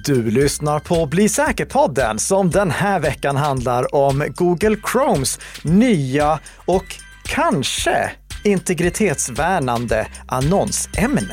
Du lyssnar på Bli säker-podden som den här veckan handlar om Google Chromes nya och kanske integritetsvärnande annonsämnen.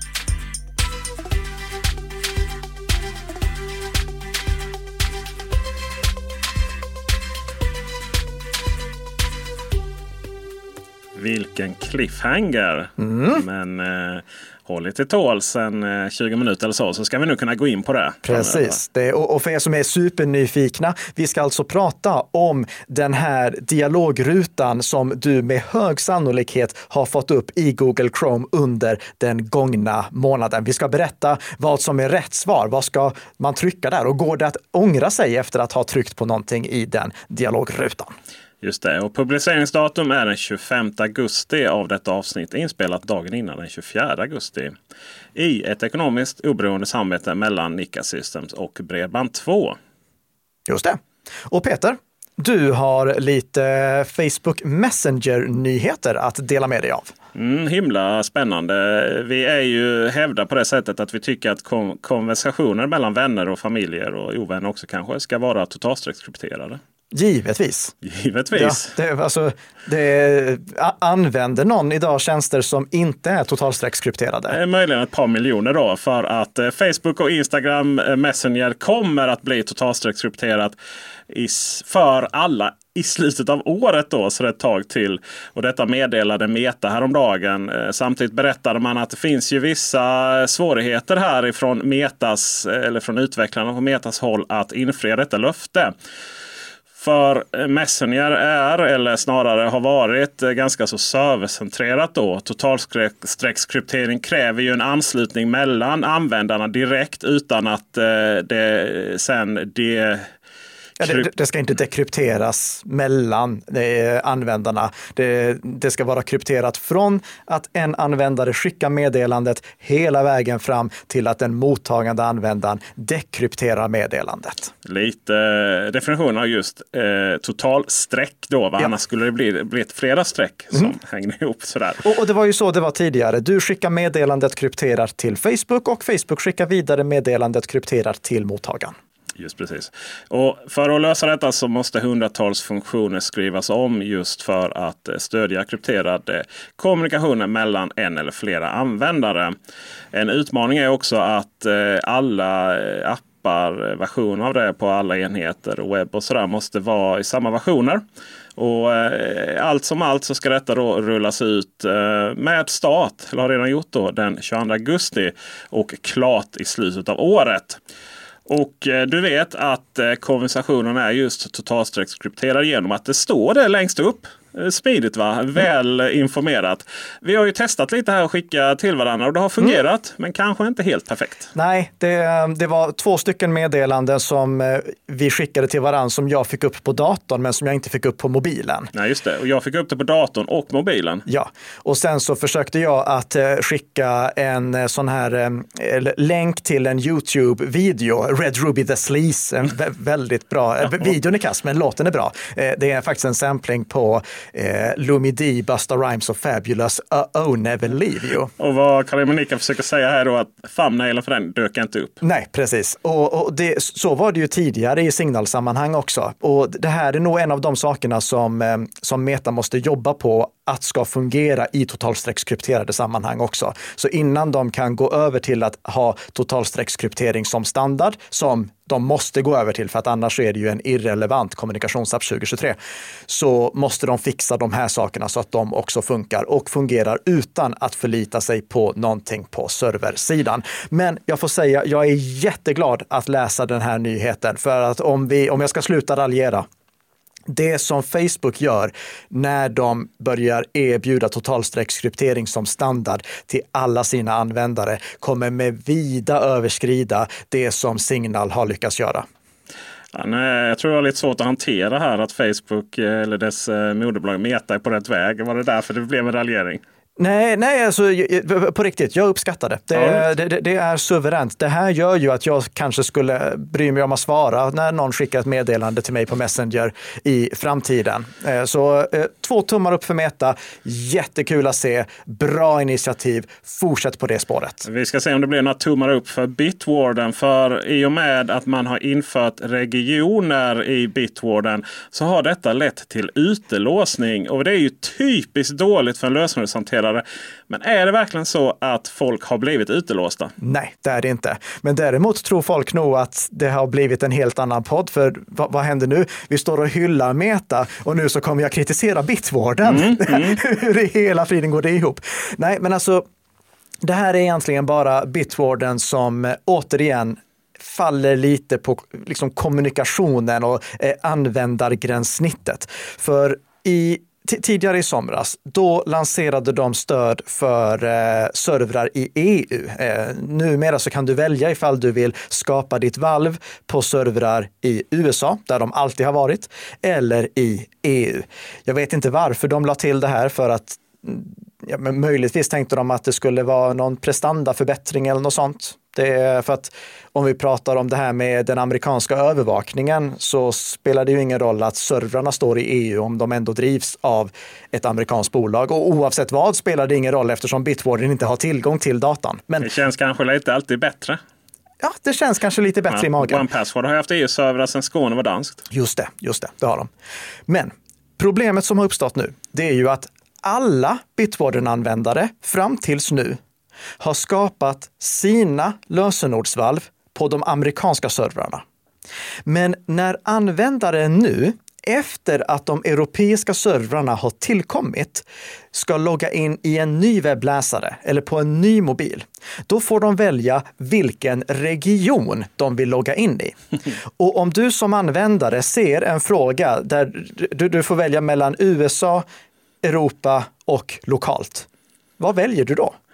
Vilken cliffhanger. Men håll lite tål sen 20 minuter eller så ska vi nu kunna gå in på det. Precis. Och för er som är supernyfikna, vi ska alltså prata om den här dialogrutan som du med hög sannolikhet har fått upp i Google Chrome under den gångna månaden. Vi ska berätta vad som är rätt svar. Vad ska man trycka där? Och går det att ångra sig efter att ha tryckt på någonting i den dialogrutan? Just det, och publiceringsdatum är den 25 augusti av detta avsnitt, inspelat dagen innan den 24 augusti. I ett ekonomiskt oberoende samarbete mellan Nika Systems och Bredband2. Just det. Och Peter, du har lite Facebook Messenger-nyheter att dela med dig av. Himla spännande. Vi är ju hävda på det sättet att vi tycker att konversationer mellan vänner och familjer och ovänner också kanske ska vara totalstreckskrypterade. Givetvis. Ja, använder någon idag tjänster som inte är totalstreckskrypterade? Möjligen ett par miljoner då, för att Facebook och Instagram Messenger kommer att bli totalstreckskrypterat för alla i slutet av året då, så det är ett tag till. Och detta meddelade Meta häromdagen. Samtidigt berättade man att det finns ju vissa svårigheter här ifrån Metas, eller från utvecklarna på Metas håll, att infria detta löfte. För Messenger är, eller snarare har varit, ganska så servercentrerat då. Totalstreckskryptering kräver ju en anslutning mellan användarna direkt utan att det sen det ska inte dekrypteras mellan användarna. Det ska vara krypterat från att en användare skickar meddelandet hela vägen fram till att den mottagande användaren dekrypterar meddelandet. Lite definition av just totalstreck då. Ja. Annars skulle det bli ett flera streck som hänger ihop sådär. Och det var ju så det var tidigare. Du skickar meddelandet krypterat till Facebook och Facebook skickar vidare meddelandet krypterat till mottagaren. Just precis. Och för att lösa detta så måste hundratals funktioner skrivas om just för att stödja krypterad kommunikation mellan en eller flera användare. En utmaning är också att alla appar, versioner av det på alla enheter och webb och sådär måste vara i samma versioner. Och allt som allt så ska detta då rullas ut med start, eller har redan gjort då, den 22 augusti och klart i slutet av året. Och du vet att konversationen är just totalstreckskrypterad genom att det står det längst upp. Smidigt va? Väl informerat. Vi har ju testat lite här och skicka till varandra och det har fungerat men kanske inte helt perfekt. Nej, det var 2 stycken meddelanden som vi skickade till varandra som jag fick upp på datorn men som jag inte fick upp på mobilen. Nej just det, och jag fick upp det på datorn och mobilen. Ja, och sen så försökte jag att skicka en sån här länk till en YouTube-video, Red Ruby the Sleaze, en väldigt bra, videon är kass men låten är bra. Det är faktiskt en sampling på Lumi D, Busta Rhymes och Fabulous Oh Never Leave You. Och vad Karin och Nika försöker säga här då, att thumbnailen för den dök inte upp. Nej, precis. Och så var det ju tidigare i signalsammanhang också. Och det här är nog en av de sakerna som Meta måste jobba på att ska fungera i totalstreckskrypterade sammanhang också. Så innan de kan gå över till att ha totalstreckskryptering som standard, som de måste gå över till för att annars är det ju en irrelevant kommunikationsapp 2023, så måste de fixa de här sakerna så att de också funkar och fungerar utan att förlita sig på någonting på serversidan. Men jag får säga, jag är jätteglad att läsa den här nyheten för att om jag ska sluta raljera, det som Facebook gör när de börjar erbjuda totalstreckskryptering som standard till alla sina användare kommer med vida överskrida det som Signal har lyckats göra. Ja, nej, jag tror det var lite svårt att hantera här att Facebook eller dess moderbolag Meta är på rätt väg. Var det därför det blev en raljering? Nej, alltså på riktigt, jag uppskattar det. Det är suveränt. Det här gör ju att jag kanske skulle bry mig om att svara när någon skickar ett meddelande till mig på Messenger i framtiden. Så 2 tummar upp för Meta. Jättekul att se. Bra initiativ. Fortsätt på det spåret. Vi ska se om det blir några tummar upp för Bitwarden. För i och med att man har infört regioner i Bitwarden så har detta lett till utelåsning. Och det är ju typiskt dåligt för en lösenordshanterare. Men är det verkligen så att folk har blivit utelåsta? Nej, det är det inte. Men däremot tror folk nog att det har blivit en helt annan podd. För vad händer nu? Vi står och hyllar Meta och nu så kommer jag kritisera Bitwarden. Hur i hela friden går det ihop? Nej, men alltså det här är egentligen bara Bitwarden som återigen faller lite på liksom kommunikationen och användargränssnittet. För tidigare i somras, då lanserade de stöd för servrar i EU. Numera så kan du välja ifall du vill skapa ditt valv på servrar i USA, där de alltid har varit, eller i EU. Jag vet inte varför de la till det här, för att men möjligtvis tänkte de att det skulle vara någon prestandaförbättring eller något sånt. Det är för att om vi pratar om det här med den amerikanska övervakningen så spelar det ju ingen roll att servrarna står i EU om de ändå drivs av ett amerikanskt bolag. Och oavsett vad spelar det ingen roll eftersom Bitwarden inte har tillgång till datan. Men det känns kanske lite alltid bättre. Ja, det känns kanske lite bättre i magen. OnePassword har haft EU-servrar sedan Skåne var danskt. Just det har de. Men problemet som har uppstått nu, det är ju att alla Bitwarden-användare fram tills nu har skapat sina lösenordsvalv på de amerikanska servrarna. Men när användare nu, efter att de europeiska servrarna har tillkommit, ska logga in i en ny webbläsare eller på en ny mobil, då får de välja vilken region de vill logga in i. Och om du som användare ser en fråga där du får välja mellan USA, Europa och lokalt, vad väljer du då?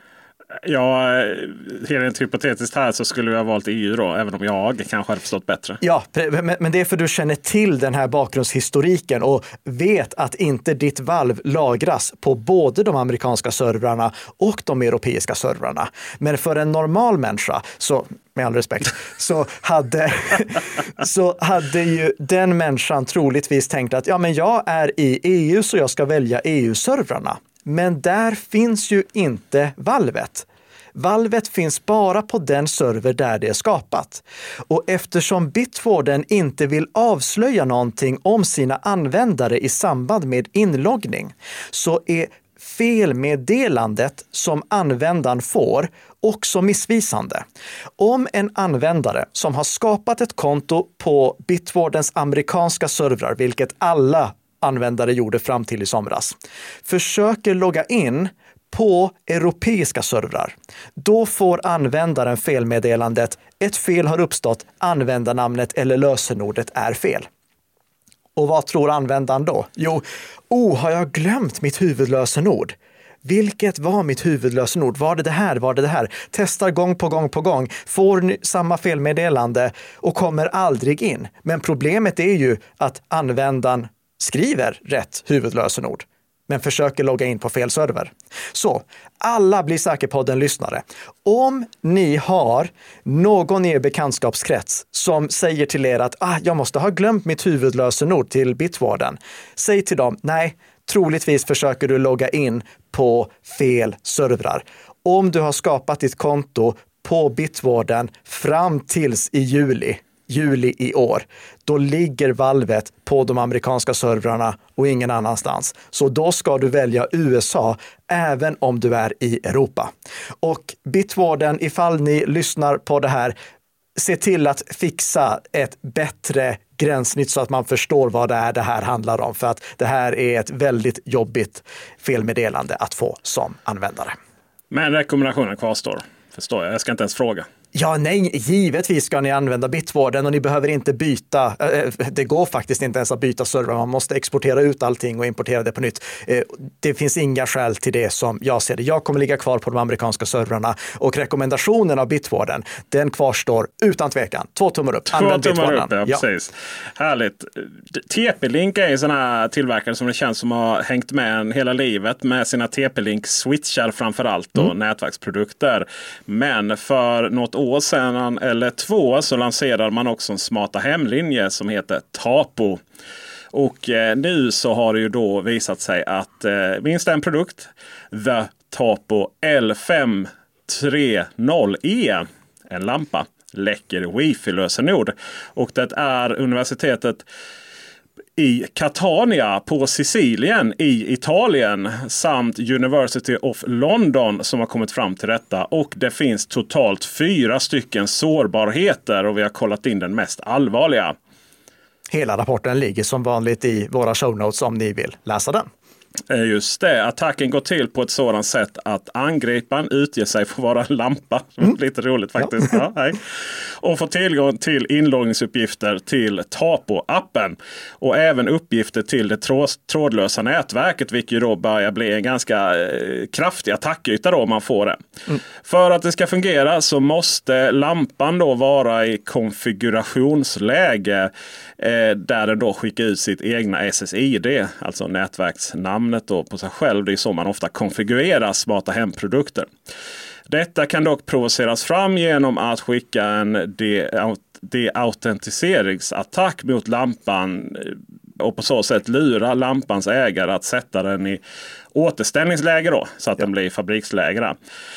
Ja, helt hypotetiskt här så skulle jag ha valt EU då, även om jag kanske hade förstått bättre. Ja, men det är för du känner till den här bakgrundshistoriken och vet att inte ditt valv lagras på både de amerikanska servrarna och de europeiska servrarna. Men för en normal människa, så med all respekt, så hade ju den människan troligtvis tänkt att ja, men jag är i EU så jag ska välja EU-servrarna. Men där finns ju inte valvet. Valvet finns bara på den server där det är skapat. Och eftersom Bitwarden inte vill avslöja någonting om sina användare i samband med inloggning, så är felmeddelandet som användaren får också missvisande. Om en användare som har skapat ett konto på Bitwardens amerikanska servrar, vilket alla användare gjorde fram till i somras, försöker logga in på europeiska servrar, då får användaren felmeddelandet: ett fel har uppstått, användarnamnet eller lösenordet är fel. Och vad tror användaren då? Jo, har jag glömt mitt huvudlösenord? Vilket var mitt huvudlösenord? Var det det här? Testar gång på gång, får samma felmeddelande och kommer aldrig in. Men problemet är ju att användaren skriver rätt huvudlösenord men försöker logga in på fel server. Så alla blir Säkerpodden-lyssnare. Om ni har någon i er bekantskapskrets som säger till er att jag måste ha glömt mitt huvudlösenord till Bitwarden, säg till dem: nej, troligtvis försöker du logga in på fel servrar. Om du har skapat ditt konto på Bitwarden fram tills i juli i år, då ligger valvet på de amerikanska servrarna och ingen annanstans. Så då ska du välja USA även om du är i Europa. Och Bitwarden, ifall ni lyssnar på det här, se till att fixa ett bättre gränssnitt så att man förstår vad det här handlar om. För att det här är ett väldigt jobbigt felmeddelande att få som användare. Men rekommendationen kvarstår, förstår jag. Jag ska inte ens fråga. Ja, nej, givetvis ska ni använda Bitwarden och ni behöver inte byta. Det går faktiskt inte ens att byta server. Man måste exportera ut allting och importera det på nytt. Det finns inga skäl till det som jag ser det. Jag kommer ligga kvar på de amerikanska servrarna och rekommendationen av Bitwarden, den kvarstår utan tvekan. 2 tummar upp. Använd 2 tummar upp, ja, precis. Härligt. TP-Link är en sån här tillverkare som det känns som har hängt med hela livet med sina TP-Link-switchar framförallt och nätverksprodukter. Men för något år sedan eller 2 så lanserar man också en smarta hemlinje som heter Tapo. Och nu så har det ju då visat sig att minst en produkt, The Tapo L530E, en lampa, läcker wifi-lösenord. Och det är universitetet i Catania på Sicilien i Italien samt University of London som har kommit fram till detta. Och det finns totalt 4 stycken sårbarheter och vi har kollat in den mest allvarliga. Hela rapporten ligger som vanligt i våra show notes om ni vill läsa den. Just det. Attacken går till på ett sådant sätt att angriparen utger sig för att vara en lampa. Lite roligt faktiskt. Ja. Ja, och får tillgång till inloggningsuppgifter till Tapo-appen. Och även uppgifter till det trådlösa nätverket. Vilket ju då börjar bli en ganska kraftig attackyta då om man får det. För att det ska fungera så måste lampan då vara i konfigurationsläge. Där den då skickar ut sitt egna SSID. Alltså nätverksnamnet då på sig själv. Det är så man ofta konfigurerar smarta hemprodukter. Detta kan dock provoceras fram genom att skicka en deautentiseringsattack mot lampan och på så sätt lura lampans ägare att sätta den i återställningsläge då, så att den blir fabriksläge.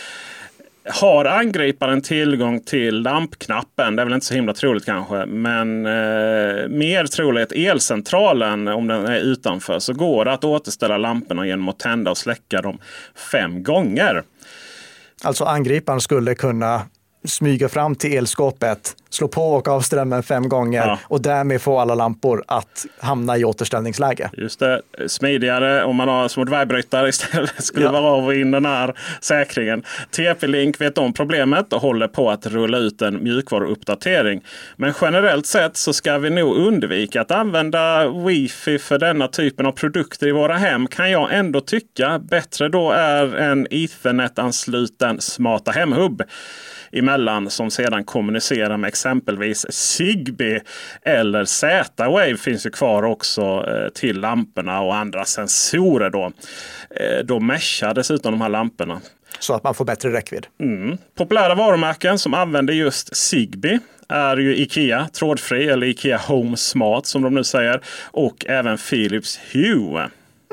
Har angriparen tillgång till lampknappen, det är väl inte så himla troligt kanske, men mer troligt elcentralen om den är utanför, så går det att återställa lamporna genom att tända och släcka dem 5 gånger. Alltså angriparen skulle kunna smyga fram till elskåpet, slå på och av strömmen 5 gånger och därmed få alla lampor att hamna i återställningsläge. Just det, smidigare om man har små dvärgbrytare istället skulle vara av och in den här säkringen. TP-Link vet om problemet och håller på att rulla ut en mjukvaruuppdatering. Men generellt sett så ska vi nog undvika att använda wifi för denna typen av produkter i våra hem, kan jag ändå tycka. Bättre då är en Ethernet-ansluten smarta hemhubb emellan som sedan kommunicerar med exempelvis Zigbee eller Z-Wave finns ju kvar också till lamporna och andra sensorer då. Då meshar dessutom de här lamporna. Så att man får bättre räckvidd. Populära varumärken som använder just Zigbee är ju IKEA trådfri eller IKEA Home Smart som de nu säger och även Philips Hue.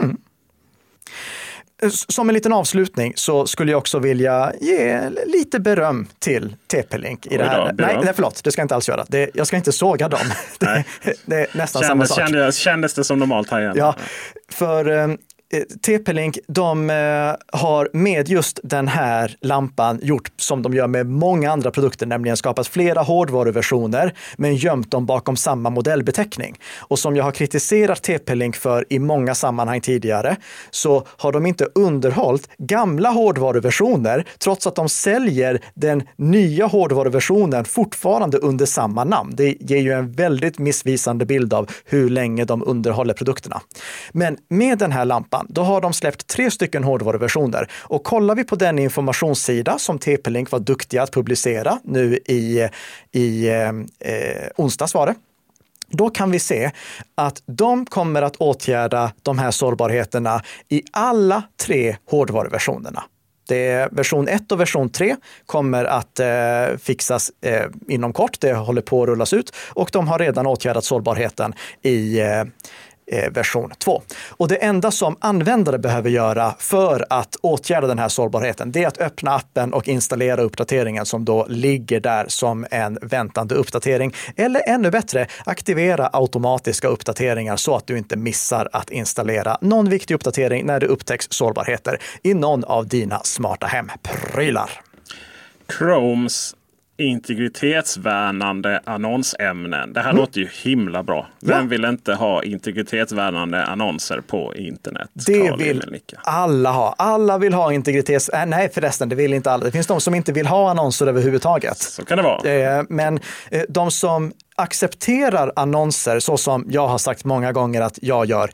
Som en liten avslutning så skulle jag också vilja ge lite beröm till TP-Link i det här. Nej, förlåt, det ska jag inte alls göra. Jag ska inte såga dem. Det är nästan samma sak. Kändes det som normalt här igen? Ja, för TP-Link, de har med just den här lampan gjort som de gör med många andra produkter, nämligen skapat flera hårdvaruversioner men gömt dem bakom samma modellbeteckning. Och som jag har kritiserat TP-Link för i många sammanhang tidigare så har de inte underhållit gamla hårdvaruversioner trots att de säljer den nya hårdvaruversionen fortfarande under samma namn. Det ger ju en väldigt missvisande bild av hur länge de underhåller produkterna. Men med den här lampan då har de släppt 3 stycken hårdvaruversioner och kollar vi på den informationssida som TP-Link var duktiga att publicera nu i onsdags var det. Då kan vi se att de kommer att åtgärda de här sårbarheterna i alla 3 hårdvaruversionerna. Det är version 1 och version 3 kommer att fixas inom kort. Det håller på att rullas ut och de har redan åtgärdat sårbarheten i version 2. Och det enda som användare behöver göra för att åtgärda den här sårbarheten, det är att öppna appen och installera uppdateringen som då ligger där som en väntande uppdatering. Eller ännu bättre, aktivera automatiska uppdateringar så att du inte missar att installera någon viktig uppdatering när det upptäcks sårbarheter i någon av dina smarta hemprylar. Chromes integritetsvärnande annonsämnen. Det här låter ju himla bra. Vem vill inte ha integritetsvärnande annonser på internet? Det vill alla ha. Alla vill ha nej förresten, det vill inte alla. Det finns de som inte vill ha annonser överhuvudtaget. Så kan det vara. Men de som accepterar annonser så som jag har sagt många gånger att jag gör.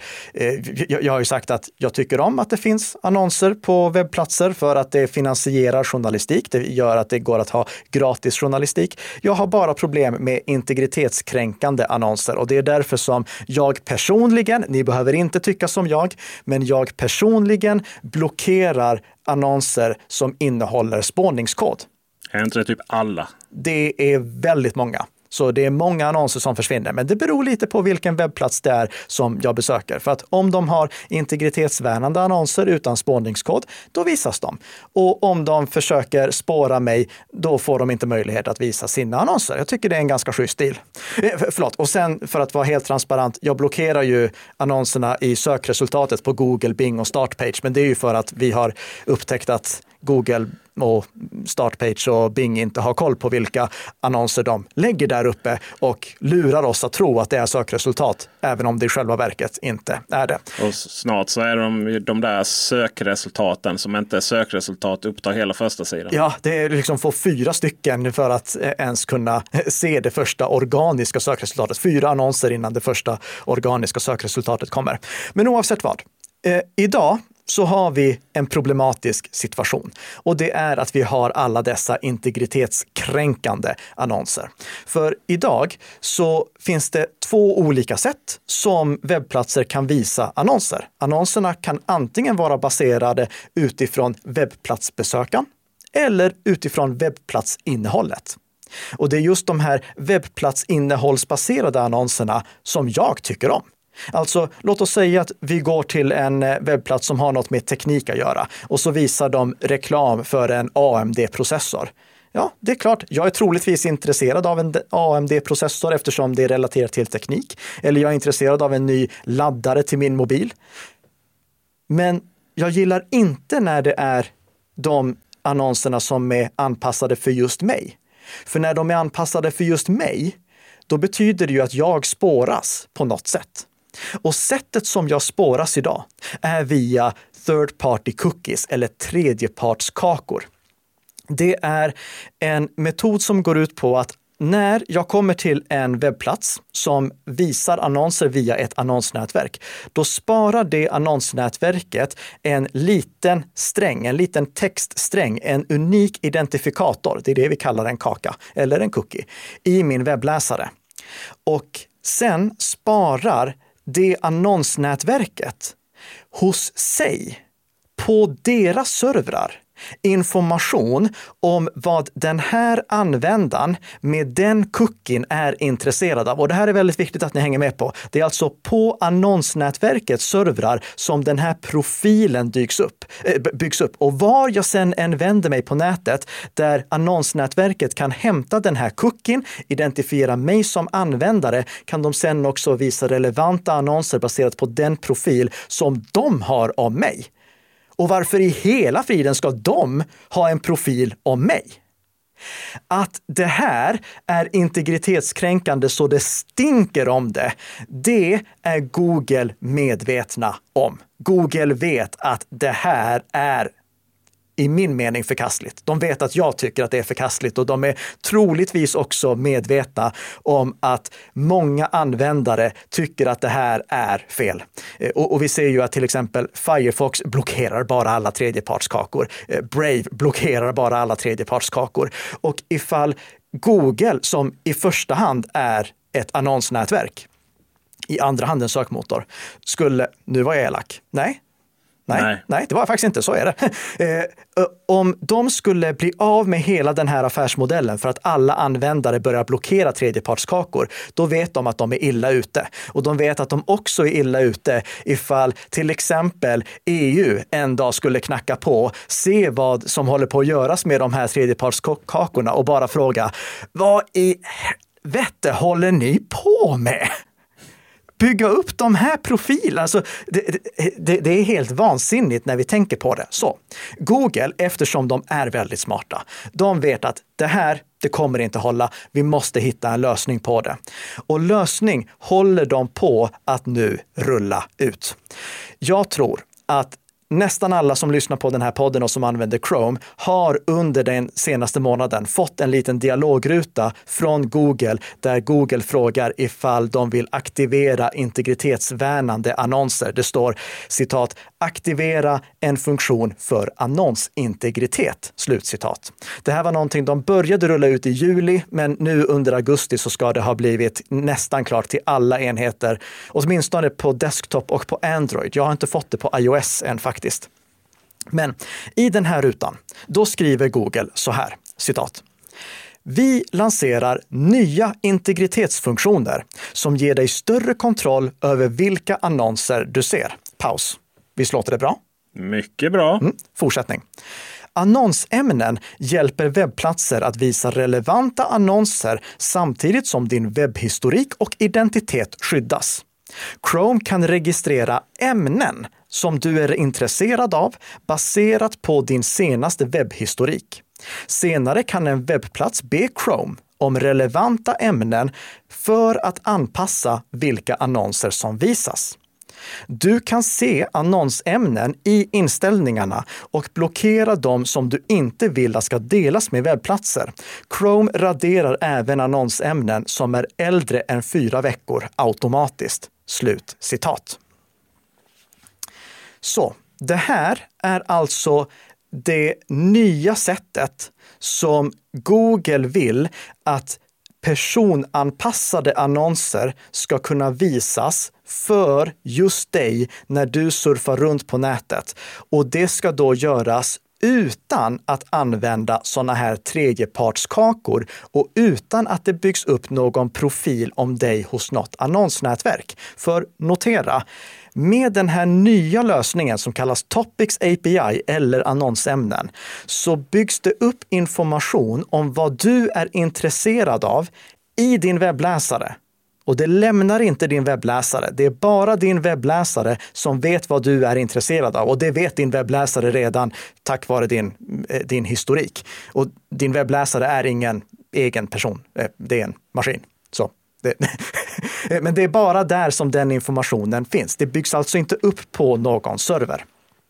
Jag har ju sagt att jag tycker om att det finns annonser på webbplatser för att det finansierar journalistik. Det gör att det går att ha gratis journalistik. Jag har bara problem med integritetskränkande annonser och det är därför som jag personligen, ni behöver inte tycka som jag, men jag personligen blockerar annonser som innehåller spårningskod. Är inte det typ alla? Det är väldigt många. Så det är många annonser som försvinner, men det beror lite på vilken webbplats det är som jag besöker. För att om de har integritetsvärnande annonser utan spårningskod, då visas de. Och om de försöker spåra mig, då får de inte möjlighet att visa sina annonser. Jag tycker det är en ganska schysst stil. Och sen för att vara helt transparent, jag blockerar ju annonserna i sökresultatet på Google, Bing och Startpage, men det är ju för att vi har upptäckt att Google och Startpage och Bing inte har koll på vilka annonser de lägger där uppe och lurar oss att tro att det är sökresultat, även om det i själva verket inte är det. Och snart så är de där sökresultaten som inte är sökresultat upptar hela första sidan. Ja, det är liksom få 4 stycken för att ens kunna se det första organiska sökresultatet. 4 annonser innan det första organiska sökresultatet kommer. Men oavsett vad, idag så har vi en problematisk situation och det är att vi har alla dessa integritetskränkande annonser. För idag så finns det 2 olika sätt som webbplatser kan visa annonser. Annonserna kan antingen vara baserade utifrån webbplatsbesökaren eller utifrån webbplatsinnehållet. Och det är just de här webbplatsinnehållsbaserade annonserna som jag tycker om. Alltså, låt oss säga att vi går till en webbplats som har något med teknik att göra och så visar de reklam för en AMD-processor. Ja, det är klart, jag är troligtvis intresserad av en AMD-processor eftersom det är relaterat till teknik. Eller jag är intresserad av en ny laddare till min mobil. Men jag gillar inte när det är de annonserna som är anpassade för just mig. För när de är anpassade för just mig, då betyder det ju att jag spåras på något sätt. Och sättet som jag spåras idag är via third party cookies eller tredjepartskakor. Det är en metod som går ut på att när jag kommer till en webbplats som visar annonser via ett annonsnätverk, då sparar det annonsnätverket en liten sträng, en liten textsträng, en unik identifikator, det är det vi kallar en kaka eller en cookie, i min webbläsare. Och sen sparar det annonsnätverket hos sig på deras servrar information om vad den här användaren med den cookien är intresserad av. Och det här är väldigt viktigt att ni hänger med på. Det är alltså på annonsnätverkets servrar som den här profilen byggs upp. Och var jag sen än vänder mig på nätet där annonsnätverket kan hämta den här cookien, identifiera mig som användare, kan de sen också visa relevanta annonser baserat på den profil som de har om mig. Och varför i hela friden ska de ha en profil om mig? Att det här är integritetskränkande så det stinker om det, det är Google medvetna om. Google vet att det här är i min mening förkastligt. De vet att jag tycker att det är förkastligt och de är troligtvis också medvetna om att många användare tycker att det här är fel. Och vi ser ju att till exempel Firefox blockerar bara alla tredjepartskakor. Brave blockerar bara alla tredjepartskakor. Och ifall Google, som i första hand är ett annonsnätverk, i andra hand en sökmotor, skulle, nu var jag elak, Nej, det var faktiskt inte, så är det. Om de skulle bli av med hela den här affärsmodellen för att alla användare börjar blockera tredjepartskakor, då vet de att de är illa ute. Och de vet att de också är illa ute ifall till exempel EU en dag skulle knacka på, se vad som håller på att göras med de här tredjepartskakorna och bara fråga, vad i helvete håller ni på med? bygga upp de här profilerna. Alltså, det är helt vansinnigt när vi tänker på det. Så Google, eftersom de är väldigt smarta, de vet att det kommer inte hålla. Vi måste hitta en lösning på det. Och lösning håller de på att nu rulla ut. Jag tror att nästan alla som lyssnar på den här podden och som använder Chrome har under den senaste månaden fått en liten dialogruta från Google där Google frågar ifall de vill aktivera integritetsvärnande annonser. Det står citat, aktivera en funktion för annonsintegritet, slutcitat. Det här var någonting de började rulla ut i juli, men nu under augusti så ska det ha blivit nästan klart till alla enheter, åtminstone på desktop och på Android. Jag har inte fått det på iOS än faktiskt. Men i den här rutan, då skriver Google så här, citat. Vi lanserar nya integritetsfunktioner som ger dig större kontroll över vilka annonser du ser. Paus. Visst låter det bra? Mycket bra. Fortsättning. Annonsämnen hjälper webbplatser att visa relevanta annonser samtidigt som din webbhistorik och identitet skyddas. Chrome kan registrera ämnen som du är intresserad av baserat på din senaste webbhistorik. Senare kan en webbplats be Chrome om relevanta ämnen för att anpassa vilka annonser som visas. Du kan se annonsämnen i inställningarna och blockera dem som du inte vill ska delas med webbplatser. Chrome raderar även annonsämnen som är äldre än 4 veckor automatiskt. Slut citat. Så, det här är alltså det nya sättet som Google vill att personanpassade annonser ska kunna visas för just dig när du surfar runt på nätet. Och det ska då göras utan att använda sådana här tredjepartskakor och utan att det byggs upp någon profil om dig hos något annonsnätverk. För notera, med den här nya lösningen som kallas Topics API eller annonsämnen så byggs det upp information om vad du är intresserad av i din webbläsare. Och det lämnar inte din webbläsare. Det är bara din webbläsare som vet vad du är intresserad av. Och det vet din webbläsare redan tack vare din historik. Och din webbläsare är ingen egen person. Det är en maskin. Så. Men det är bara där som den informationen finns. Det byggs alltså inte upp på någon server.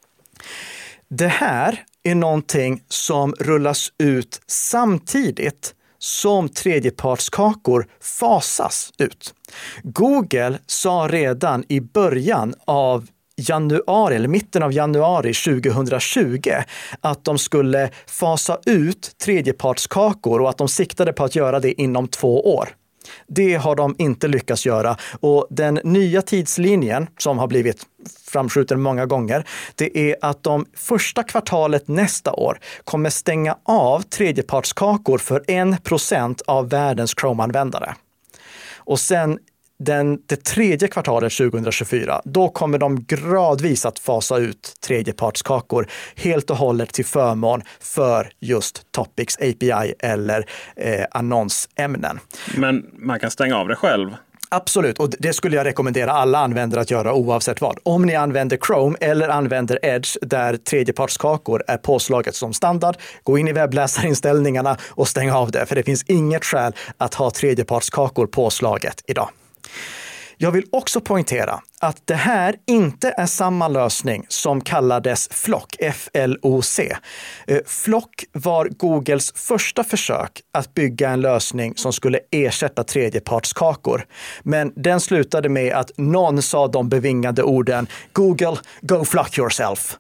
Det här är någonting som rullas ut samtidigt som tredjepartskakor fasas ut. Google sa redan i början av januari eller mitten av januari 2020 att de skulle fasa ut tredjepartskakor och att de siktade på att göra det inom 2 år. Det har de inte lyckats göra och den nya tidslinjen som har blivit framskjuten många gånger, det är att de första kvartalet nästa år kommer stänga av tredjepartskakor för 1% av världens Chrome-användare. Och sen det tredje kvartalet 2024, då kommer de gradvis att fasa ut tredjepartskakor helt och hållet till förmån för just Topics API eller annonsämnen. Men man kan stänga av det själv? Absolut, och det skulle jag rekommendera alla användare att göra oavsett vad. Om ni använder Chrome eller använder Edge där tredjepartskakor är påslaget som standard, gå in i webbläsarinställningarna och stäng av det, för det finns inget skäl att ha tredjepartskakor påslaget idag. Jag vill också poängtera att det här inte är samma lösning som kallades FLoC, F-L-O-C. FLoC var Googles första försök att bygga en lösning som skulle ersätta tredjepartskakor. Men den slutade med att någon sa de bevingade orden Google, go flock yourself.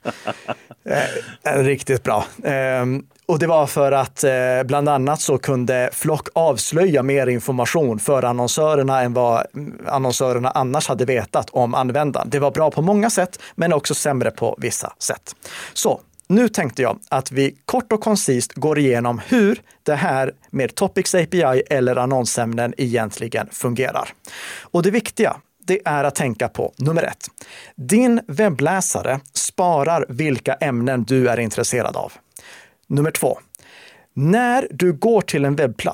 Riktigt bra. Och det var för att bland annat så kunde FLoC avslöja mer information för annonsörerna än vad annonsörerna annars hade vetat om användaren. Det var bra på många sätt men också sämre på vissa sätt. Så nu tänkte jag att vi kort och koncist går igenom hur det här med Topics API eller annonsämnen egentligen fungerar. Och det viktiga, det är att tänka på nummer 1. Din webbläsare sparar vilka ämnen du är intresserad av. Nummer 2. När du går till en webbplats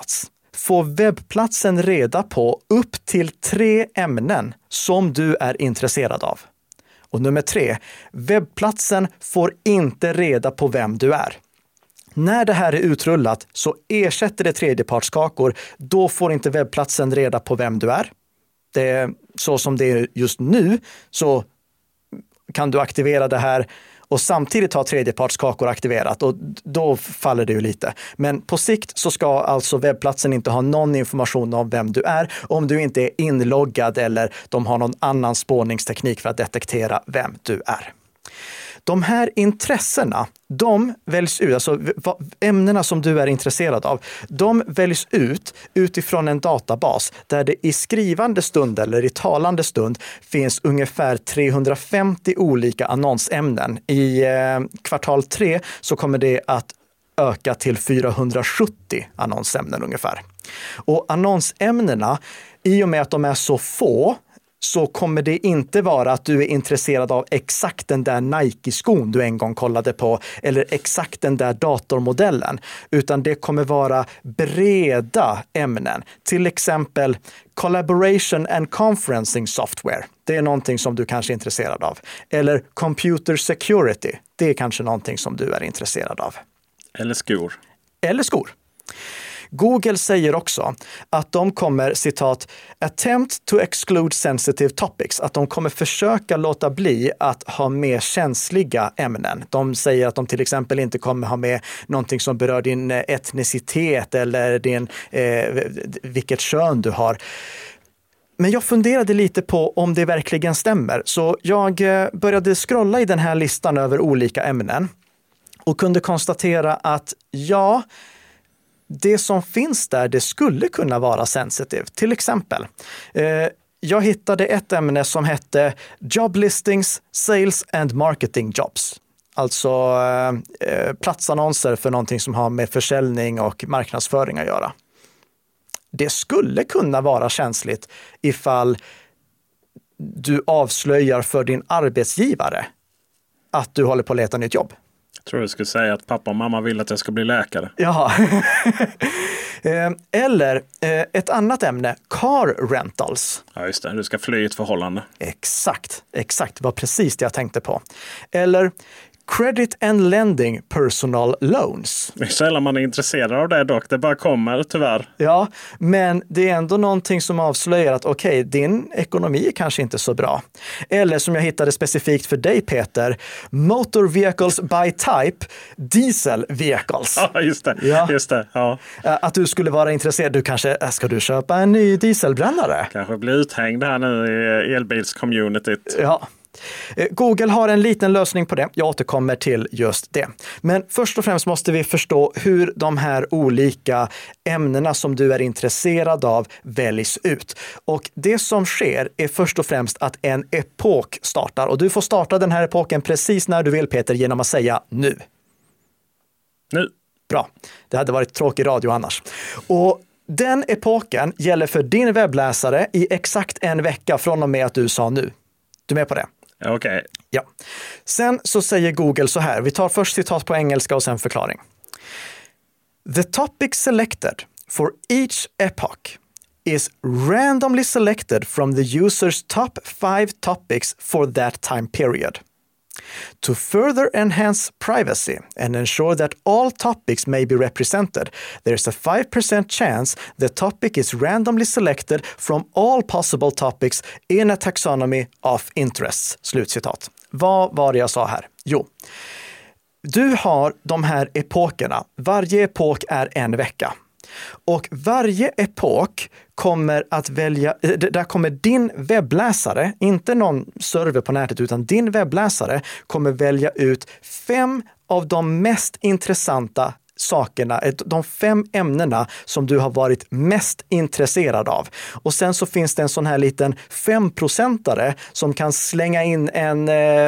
får webbplatsen reda på upp till 3 ämnen som du är intresserad av. Och nummer 3, webbplatsen får inte reda på vem du är. När det här är utrullat så ersätter det tredjepartskakor. Då får inte webbplatsen reda på vem du är. Det är så som det är just nu, så kan du aktivera det här och samtidigt ha tredjepartskakor aktiverat, och då faller det ju lite. Men på sikt så ska alltså webbplatsen inte ha någon information om vem du är om du inte är inloggad eller de har någon annan spårningsteknik för att detektera vem du är. De här intressena, de väljs ut, alltså ämnena som du är intresserad av, de väljs ut utifrån en databas där det i skrivande stund eller i talande stund finns ungefär 350 olika annonsämnen. I kvartal 3 så kommer det att öka till 470 annonsämnen ungefär. Och annonsämnena, i och med att de är så få, så kommer det inte vara att du är intresserad av exakt den där Nike-skon du en gång kollade på eller exakt den där datormodellen, utan det kommer vara breda ämnen. Till exempel collaboration and conferencing software. Det är någonting som du kanske är intresserad av. Eller computer security. Det är kanske någonting som du är intresserad av. Eller skor. Eller skor. Google säger också att de kommer, citat, attempt to exclude sensitive topics, att de kommer försöka låta bli att ha med känsliga ämnen. De säger att de till exempel inte kommer ha med någonting som berör din etnicitet eller vilket kön du har. Men jag funderade lite på om det verkligen stämmer, så jag började scrolla i den här listan över olika ämnen och kunde konstatera att det som finns där, det skulle kunna vara sensitivt. Till exempel, jag hittade ett ämne som hette Job Listings, Sales and Marketing Jobs. Alltså platsannonser för någonting som har med försäljning och marknadsföring att göra. Det skulle kunna vara känsligt ifall du avslöjar för din arbetsgivare att du håller på att leta nytt jobb. Jag tror du skulle säga att pappa och mamma vill att jag ska bli läkare. Jaha. Eller ett annat ämne, car rentals. Ja, just det. Du ska fly ett förhållande. Exakt. Det var precis det jag tänkte på. Eller credit and lending personal loans. Det är sällan man är intresserad av det dock. Det bara kommer tyvärr. Ja, men det är ändå någonting som avslöjar att okej, din ekonomi är kanske inte så bra. Eller som jag hittade specifikt för dig, Peter, motor vehicles by type, diesel vehicles. Ja, just det. Ja. Att du skulle vara intresserad. Ska du köpa en ny dieselbrännare? Kanske bli uthängd här nu i elbilscommunityt. Ja. Google har en liten lösning på det. Jag återkommer till just det. Men först och främst måste vi förstå hur de här olika ämnena som du är intresserad av väljs ut. Och det som sker är först och främst att en epok startar. Och du får starta den här epoken precis när du vill, Peter, genom att säga nu. Nu. Bra. Det hade varit tråkig radio annars. Och den epoken gäller för din webbläsare i exakt en vecka från och med att du sa nu. Du är med på det? Okej. Ja. Sen så säger Google så här. Vi tar först citat på engelska och sen förklaring. The topic selected for each epoch is randomly selected from the user's top 5 topics for that time period. To further enhance privacy and ensure that all topics may be represented, there's a 5% chance the topic is randomly selected from all possible topics in a taxonomy of interests. Slutcitat. Vad var det jag sa här? Jo, du har de här epokerna. Varje epok är en vecka. Och varje epok kommer att välja, där kommer din webbläsare, inte någon server på nätet utan din webbläsare kommer välja ut 5 av de mest intressanta sakerna, de 5 ämnena som du har varit mest intresserad av. Och sen så finns det en sån här liten 5-procentare som kan slänga in en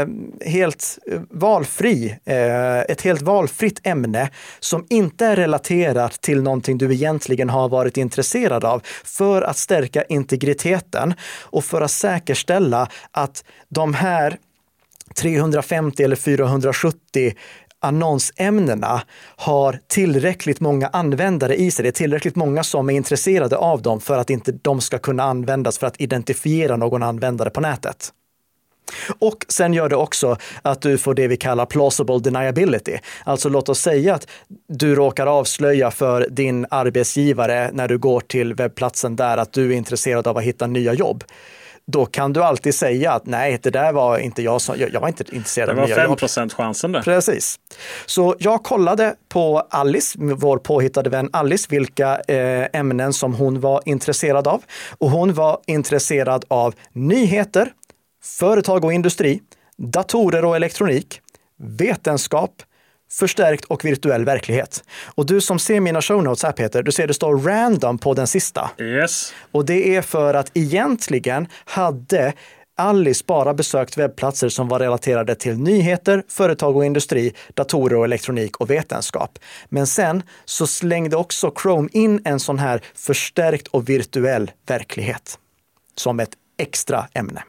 ett helt valfritt ämne som inte är relaterat till någonting du egentligen har varit intresserad av, för att stärka integriteten och för att säkerställa att de här 350 eller 470 annonsämnena har tillräckligt många användare i sig. Det är tillräckligt många som är intresserade av dem för att inte de ska kunna användas för att identifiera någon användare på nätet. Och sen gör det också att du får det vi kallar plausible deniability. Alltså låt oss säga att du råkar avslöja för din arbetsgivare när du går till webbplatsen där att du är intresserad av att hitta nya jobb. Då kan du alltid säga att nej, det där var inte jag var inte intresserad av nya jobb. Det var 5% chansen där. Precis. Så jag kollade på Alice, vår påhittade vän Alice, vilka ämnen som hon var intresserad av. Och hon var intresserad av nyheter, företag och industri, datorer och elektronik, vetenskap, förstärkt och virtuell verklighet. Och du som ser mina show notes här Peter, du ser det står random på den sista. Yes. Och det är för att egentligen hade Alice bara besökt webbplatser som var relaterade till nyheter, företag och industri, datorer och elektronik och vetenskap. Men sen så slängde också Chrome in en sån här förstärkt och virtuell verklighet som ett extra ämne.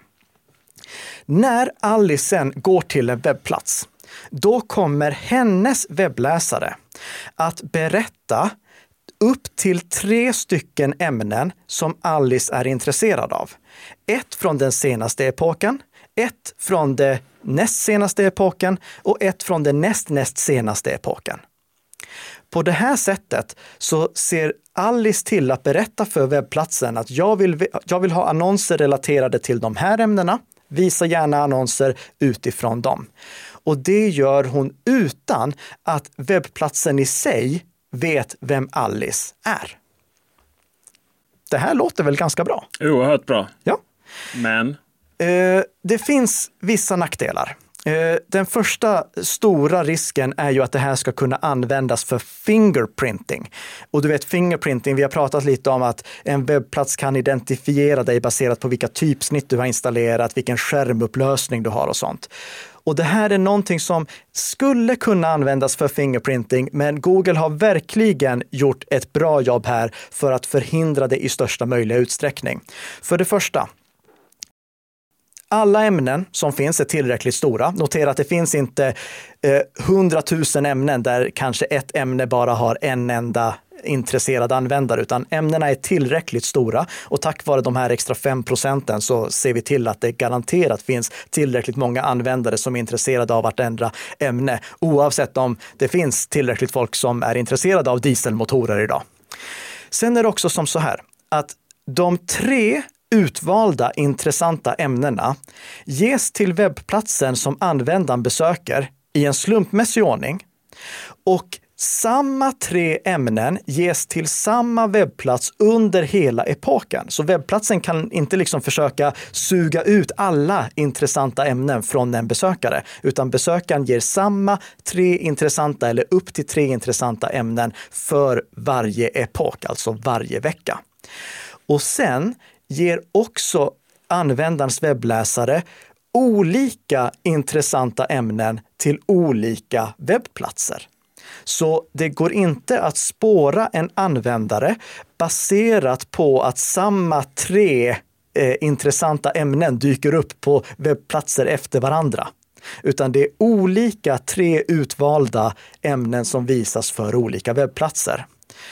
När Alice sen går till en webbplats, då kommer hennes webbläsare att berätta upp till 3 stycken ämnen som Alice är intresserad av. 1 från den senaste epoken, 1 från den näst senaste epoken och 1 från den näst senaste epoken. På det här sättet så ser Alice till att berätta för webbplatsen att jag vill ha annonser relaterade till de här ämnena. Visa gärna annonser utifrån dem. Och det gör hon utan att webbplatsen i sig vet vem Alice är. Det här låter väl ganska bra? Oerhört bra. Ja. Men? Det finns vissa nackdelar. Den första stora risken är ju att det här ska kunna användas för fingerprinting. Och du vet fingerprinting, vi har pratat lite om att en webbplats kan identifiera dig baserat på vilka typsnitt du har installerat, vilken skärmupplösning du har och sånt. Och det här är någonting som skulle kunna användas för fingerprinting, men Google har verkligen gjort ett bra jobb här för att förhindra det i största möjliga utsträckning. För det första, alla ämnen som finns är tillräckligt stora. Notera att det finns inte 100 000 ämnen där kanske ett ämne bara har en enda intresserad användare, utan ämnena är tillräckligt stora och tack vare de här extra 5% så ser vi till att det garanterat finns tillräckligt många användare som är intresserade av att ändra ämne, oavsett om det finns tillräckligt folk som är intresserade av dieselmotorer idag. Sen är det också som så här att de 3 utvalda intressanta ämnena ges till webbplatsen som användaren besöker i en slumpmässig ordning, och samma 3 ämnen ges till samma webbplats under hela epoken. Så webbplatsen kan inte liksom försöka suga ut alla intressanta ämnen från en besökare, utan besökaren ger samma 3 intressanta eller upp till 3 intressanta ämnen för varje epok, alltså varje vecka. Och sen ger också användarens webbläsare olika intressanta ämnen till olika webbplatser. Så det går inte att spåra en användare baserat på att samma 3 intressanta ämnen dyker upp på webbplatser efter varandra. Utan det är olika 3 utvalda ämnen som visas för olika webbplatser.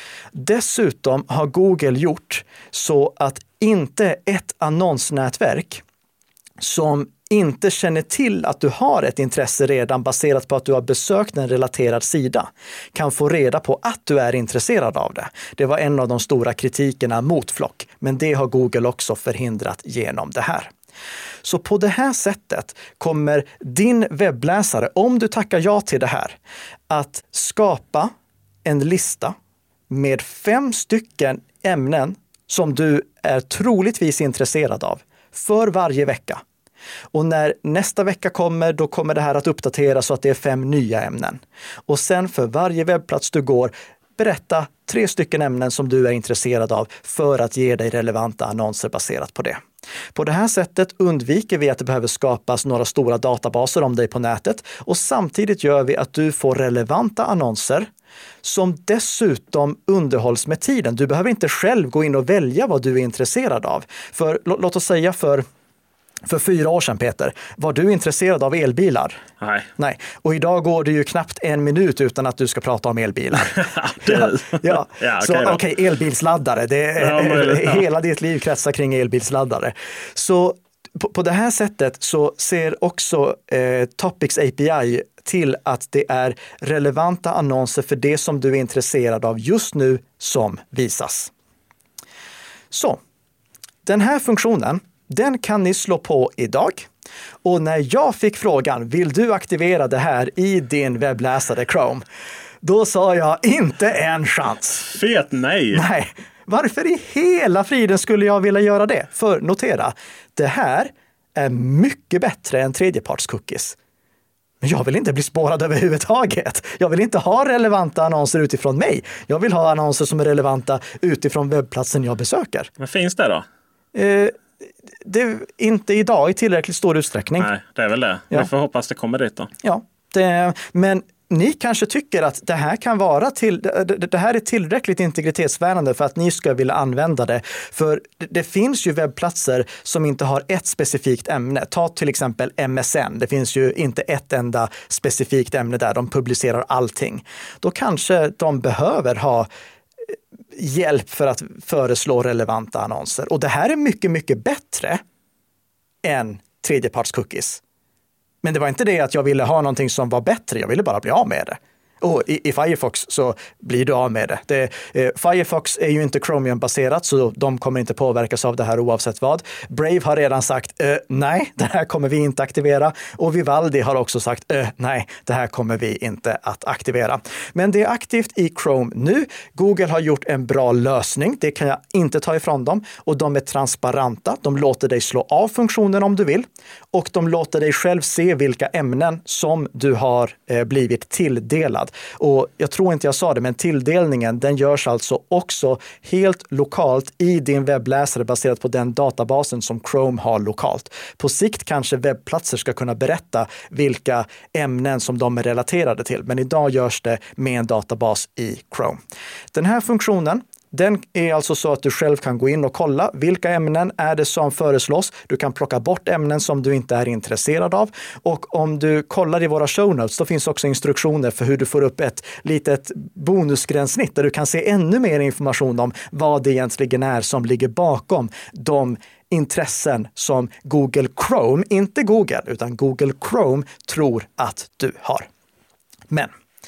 Dessutom har Google gjort så att inte ett annonsnätverk som inte känner till att du har ett intresse redan baserat på att du har besökt en relaterad sida kan få reda på att du är intresserad av det. Det var en av de stora kritikerna mot Flock, men det har Google också förhindrat genom det här. Så på det här sättet kommer din webbläsare, om du tackar ja till det här, att skapa en lista med 5 stycken ämnen som du är troligtvis intresserad av för varje vecka. Och när nästa vecka kommer, då kommer det här att uppdateras så att det är 5 nya ämnen. Och sen för varje webbplats du går, berätta 3 stycken ämnen som du är intresserad av för att ge dig relevanta annonser baserat på det. På det här sättet undviker vi att det behöver skapas några stora databaser om dig på nätet, och samtidigt gör vi att du får relevanta annonser som dessutom underhålls med tiden. Du behöver inte själv gå in och välja vad du är intresserad av. För låt oss säga för För 4 år sedan, Peter, var du intresserad av elbilar? Nej. Och idag går det ju knappt 1 minut utan att du ska prata om elbilar. Ja, så okej, elbilsladdare. Hela ditt liv kretsar kring elbilsladdare. Så på det här sättet så ser också Topics API till att det är relevanta annonser för det som du är intresserad av just nu som visas. Så, den här funktionen, den kan ni slå på idag. Och när jag fick frågan, vill du aktivera det här i din webbläsare Chrome? Då sa jag inte en chans. Fet nej. Nej. Varför i hela friden skulle jag vilja göra det? För notera, det här är mycket bättre än tredjeparts-cookies. Men jag vill inte bli spårad överhuvudtaget. Jag vill inte ha relevanta annonser utifrån mig. Jag vill ha annonser som är relevanta utifrån webbplatsen jag besöker. Men finns det då? Det är inte idag i tillräckligt stor utsträckning. Nej, det är väl det. Vi får hoppas det kommer dit då. Ja, men ni kanske tycker att det här kan vara det här är tillräckligt integritetsvärnande för att ni ska vilja använda det. För det finns ju webbplatser som inte har ett specifikt ämne. Ta till exempel MSN. Det finns ju inte ett enda specifikt ämne där de publicerar allting. Då kanske de behöver ha hjälp för att föreslå relevanta annonser. Och det här är mycket, mycket bättre än tredjeparts-cookies. Men det var inte det att jag ville ha någonting som var bättre, jag ville bara bli av med det. Och i Firefox så blir du av med det. Firefox är ju inte Chromium-baserat så de kommer inte påverkas av det här oavsett vad. Brave har redan sagt nej, det här kommer vi inte aktivera. Och Vivaldi har också sagt nej, det här kommer vi inte att aktivera. Men det är aktivt i Chrome nu. Google har gjort en bra lösning, det kan jag inte ta ifrån dem. Och de är transparenta, de låter dig slå av funktionen om du vill. Och de låter dig själv se vilka ämnen som du har blivit tilldelad. Och jag tror inte jag sa det, men tilldelningen den görs alltså också helt lokalt i din webbläsare baserat på den databasen som Chrome har lokalt. På sikt kanske webbplatser ska kunna berätta vilka ämnen som de är relaterade till, men idag görs det med en databas i Chrome. Den här funktionen, den är alltså så att du själv kan gå in och kolla vilka ämnen är det som föreslås. Du kan plocka bort ämnen som du inte är intresserad av. Och om du kollar i våra show notes, då finns också instruktioner för hur du får upp ett litet bonusgränssnitt där du kan se ännu mer information om vad det egentligen är som ligger bakom de intressen som Google Chrome, inte Google, utan Google Chrome tror att du har. Men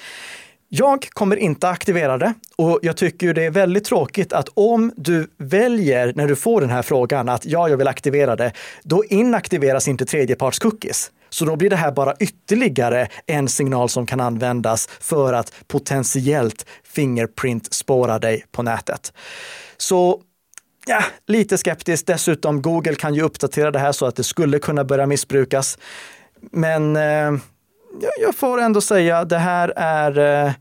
jag kommer inte aktivera det och jag tycker det är väldigt tråkigt att om du väljer när du får den här frågan att jag vill aktivera det, då inaktiveras inte tredjeparts-cookies. Så då blir det här bara ytterligare en signal som kan användas för att potentiellt fingerprint-spåra dig på nätet. Så ja, lite skeptiskt. Dessutom Google kan ju uppdatera det här så att det skulle kunna börja missbrukas. Men jag får ändå säga det här är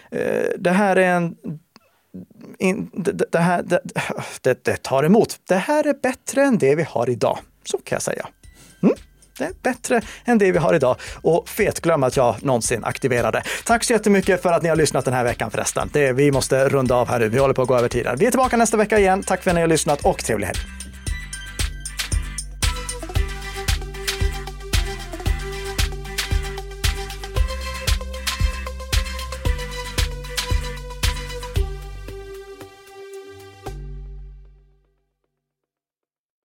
det tar emot. Det här är bättre än det vi har idag. Så kan jag säga. Det är bättre än det vi har idag. Och glöm att jag någonsin aktiverade. Tack så jättemycket för att ni har lyssnat den här veckan förresten. Vi måste runda av här nu. Vi håller på att gå över tiden. Vi är tillbaka nästa vecka igen. Tack för att ni har lyssnat och trevlig helg.